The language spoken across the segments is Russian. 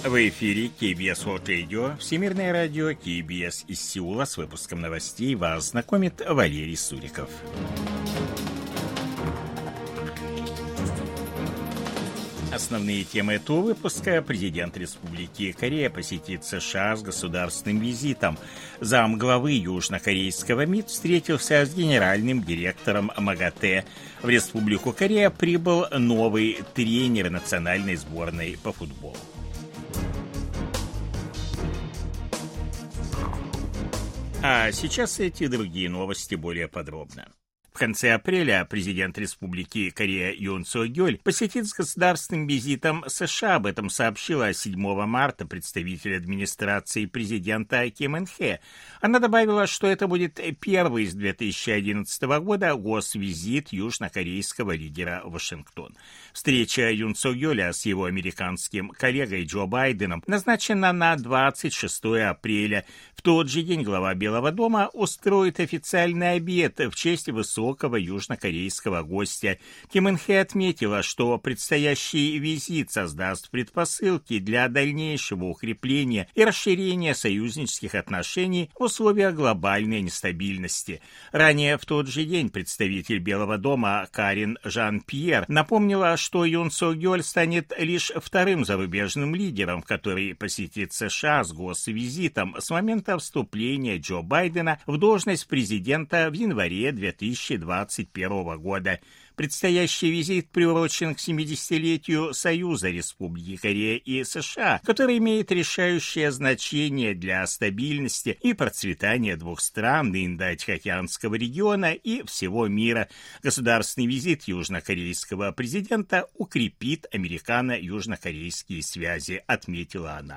В эфире KBS World Radio, Всемирное радио KBS из Сеула. С выпуском новостей вас знакомит Валерий Суриков. Основные темы этого выпуска. Президент Республики Корея посетит США с государственным визитом. Замглавы южнокорейского МИД встретился с генеральным директором МАГАТЭ. В Республику Корея прибыл новый тренер национальной сборной по футболу. А сейчас эти и другие новости более подробно. В конце апреля президент Республики Корея Юн Сок Гёль посетит с государственным визитом США. Об этом сообщила 7 марта представитель администрации президента Ким Ын Хэ. Она добавила, что это будет первый с 2011 года госвизит южнокорейского лидера в Вашингтон. Встреча Юн Сок Гёля с его американским коллегой Джо Байденом назначена на 26 апреля. В тот же день глава Белого дома устроит официальный обед в честь высокого южнокорейского гостя. Ким Ын Хэ отметила, что предстоящий визит создаст предпосылки для дальнейшего укрепления и расширения союзнических отношений в условиях глобальной нестабильности. Ранее в тот же день представитель Белого дома Карин Жан-Пьер напомнила, что Юн Сок Гёль станет лишь вторым зарубежным лидером, который посетит США с госвизитом с момента вступления Джо Байдена в должность президента в январе 2021 года. Предстоящий визит приурочен к 70-летию Союза Республики Корея и США, который имеет решающее значение для стабильности и процветания двух стран Индо-Тихоокеанского региона и всего мира. Государственный визит южнокорейского президента укрепит американо-южнокорейские связи, отметила она.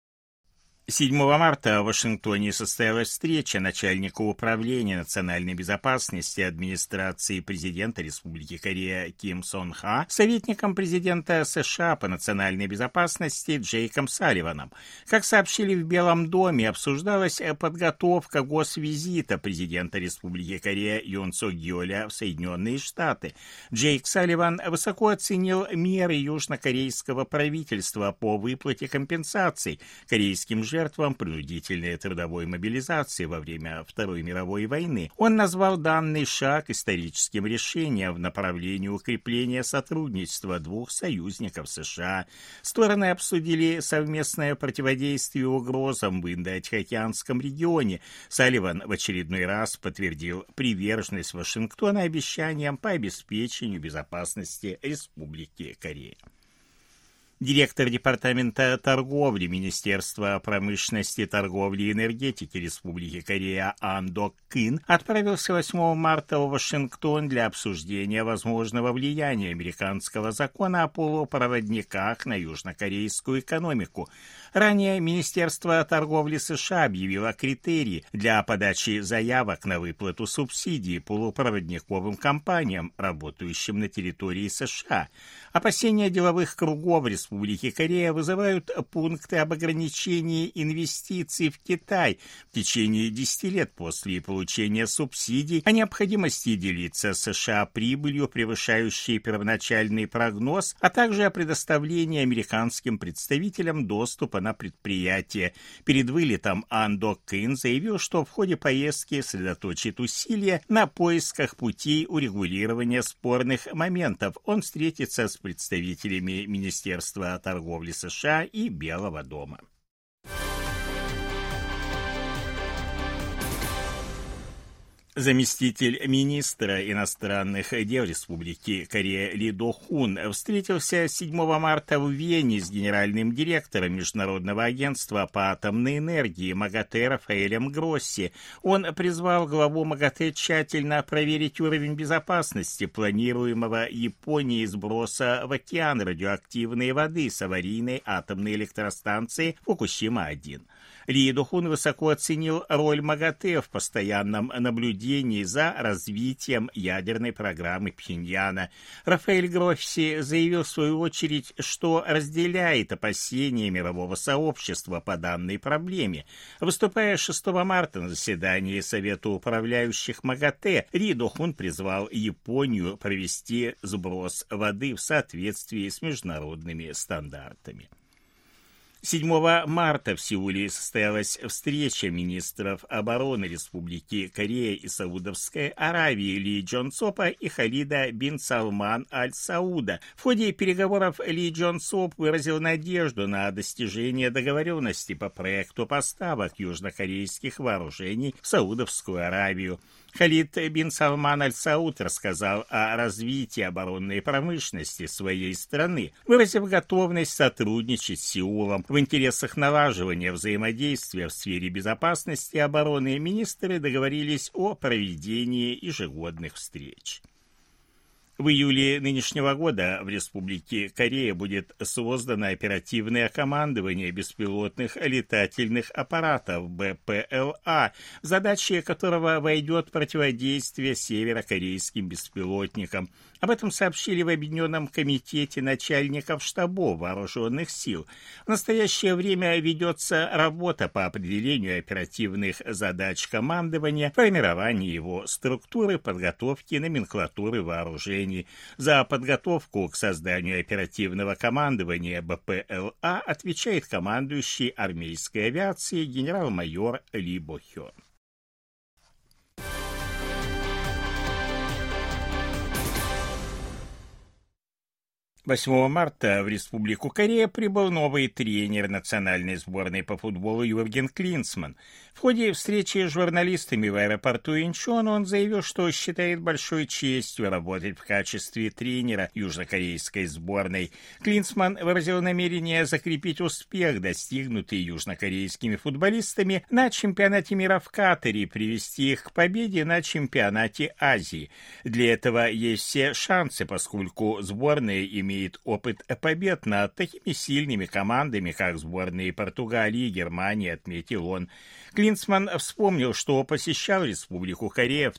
7 марта в Вашингтоне состоялась встреча начальника управления национальной безопасности администрации президента Республики Корея Ким Сон Ха с советником президента США по национальной безопасности Джейком Салливаном. Как сообщили в Белом доме, обсуждалась подготовка госвизита президента Республики Корея Юн Сок Гёля в Соединенные Штаты. Джейк Салливан высоко оценил меры южнокорейского правительства по выплате компенсаций корейским жертвам принудительной трудовой мобилизации во время Второй мировой войны. Он назвал данный шаг историческим решением в направлении укрепления сотрудничества двух союзников США. Стороны обсудили совместное противодействие угрозам в Индо-Тихоокеанском регионе. Салливан в очередной раз подтвердил приверженность Вашингтона обещаниям по обеспечению безопасности Республики Корея. Директор Департамента торговли Министерства промышленности, торговли и энергетики Республики Корея Ан Док Кин отправился 8 марта в Вашингтон для обсуждения возможного влияния американского закона о полупроводниках на южнокорейскую экономику. Ранее Министерство торговли США объявило критерии для подачи заявок на выплату субсидий полупроводниковым компаниям, работающим на территории США. Опасения деловых кругов Республики Корея вызывают пункты об ограничении инвестиций в Китай в течение 10 лет после получения субсидий, о необходимости делиться с США прибылью, превышающей первоначальный прогноз, а также о предоставлении американским представителям доступа на предприятие. Перед вылетом Ан Док Кин заявил, что в ходе поездки сосредоточит усилия на поисках путей урегулирования спорных моментов. Он встретится с представителями Министерства торговли США и Белого дома. Заместитель министра иностранных дел Республики Корея Ли До Хун встретился 7 марта в Вене с генеральным директором Международного агентства по атомной энергии МАГАТЭ Рафаэлем Гросси. Он призвал главу МАГАТЭ тщательно проверить уровень безопасности планируемого Японией сброса в океан радиоактивной воды с аварийной атомной электростанции Фукусима-1. Ли До Хун высоко оценил роль МАГАТЭ в постоянном наблюдении за развитием ядерной программы Пхеньяна. Рафаэль Гросси заявил в свою очередь, что разделяет опасения мирового сообщества по данной проблеме. Выступая 6 марта на заседании Совета управляющих МАГАТЭ, Ли До Хун призвал Японию провести сброс воды в соответствии с международными стандартами. 7 марта в Сеуле состоялась встреча министров обороны Республики Корея и Саудовской Аравии Ли Джон Сопа и Халида бин Салман Аль Сауда. В ходе переговоров Ли Джон Соп выразил надежду на достижение договоренности по проекту поставок южнокорейских вооружений в Саудовскую Аравию. Халид бин Салман Аль Сауд рассказал о развитии оборонной промышленности своей страны, выразив готовность сотрудничать с Сеулом. В интересах налаживания взаимодействия в сфере безопасности и обороны министры договорились о проведении ежегодных встреч. В июле нынешнего года в Республике Корея будет создано оперативное командование беспилотных летательных аппаратов БПЛА, в задачи которого войдет противодействие северокорейским беспилотникам. Об этом сообщили в Объединенном комитете начальников штабов вооруженных сил. В настоящее время ведется работа по определению оперативных задач командования, формирования его структуры, подготовки номенклатуры вооружений. За подготовку к созданию оперативного командования БПЛА отвечает командующий армейской авиацией генерал-майор Ли Бо Хён. 8 марта в Республику Корея прибыл новый тренер национальной сборной по футболу Юрген Клинсман. В ходе встречи с журналистами в аэропорту Инчон он заявил, что считает большой честью работать в качестве тренера южнокорейской сборной. Клинсман выразил намерение закрепить успех, достигнутый южнокорейскими футболистами на чемпионате мира в Катаре, и привести их к победе на чемпионате Азии. Для этого есть все шансы, поскольку сборная имеет опыт побед над такими сильными командами, как сборные Португалии и Германии, отметил он. Клинсман вспомнил, что посещал Республику Корея в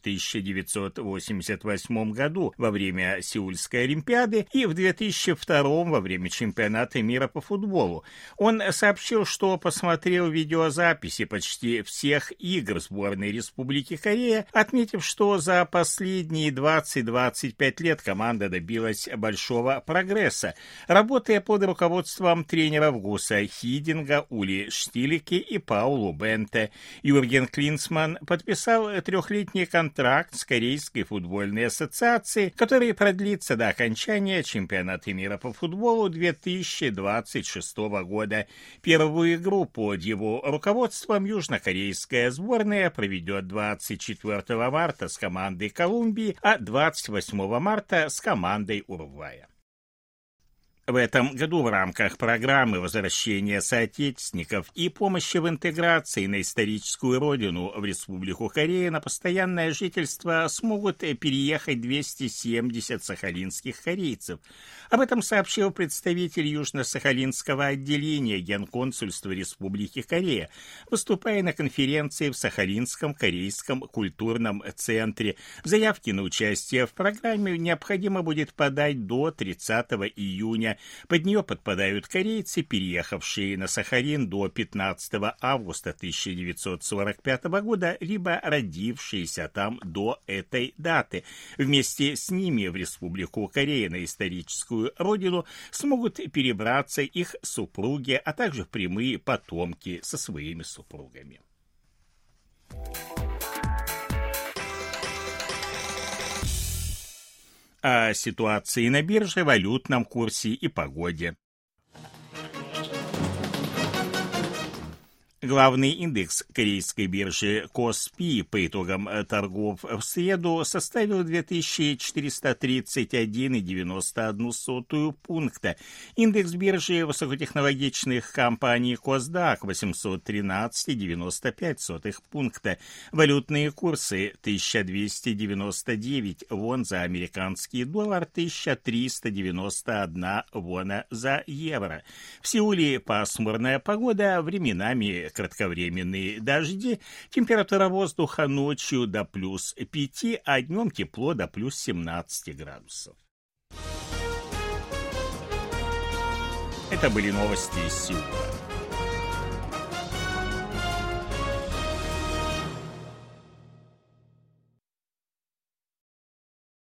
1988 году во время Сеульской Олимпиады и в 2002 во время чемпионата мира по футболу. Он сообщил, что посмотрел видеозаписи почти всех игр сборной Республики Корея, отметив, что за последние 20-25 лет команда добилась большого прогресса, работая под руководством тренеров Гуса Хидинга, Ули Штилики и Паулу Бенте. Юрген Клинсман подписал 3-летний контракт с Корейской футбольной ассоциацией, который продлится до окончания чемпионата мира по футболу 2026 года. Первую игру под его руководством южнокорейская сборная проведет 24 марта с командой Колумбии, а 28 марта с командой Уругвая. В этом году в рамках программы возвращения соотечественников и помощи в интеграции на историческую родину в Республику Корея на постоянное жительство смогут переехать 270 сахалинских корейцев. Об этом сообщил представитель Южно-Сахалинского отделения Генконсульства Республики Корея, выступая на конференции в Сахалинском корейском культурном центре. Заявки на участие в программе необходимо будет подать до 30 июня. Под нее подпадают корейцы, переехавшие на Сахалин до 15 августа 1945 года, либо родившиеся там до этой даты. Вместе с ними в Республику Корея на историческую родину смогут перебраться их супруги, а также прямые потомки со своими супругами. О ситуации на бирже, валютном курсе и погоде. Главный индекс корейской биржи Коспи по итогам торгов в среду составил 2431,91 пункта. Индекс биржи высокотехнологичных компаний Косдак 813,95 пункта. Валютные курсы: 1299 вон за американский доллар, 1391 вона за евро. В Сеуле пасмурная погода, временами кратковременные дожди, температура воздуха ночью до +5, а днем тепло до +17 градусов. Это были новости из Сеула.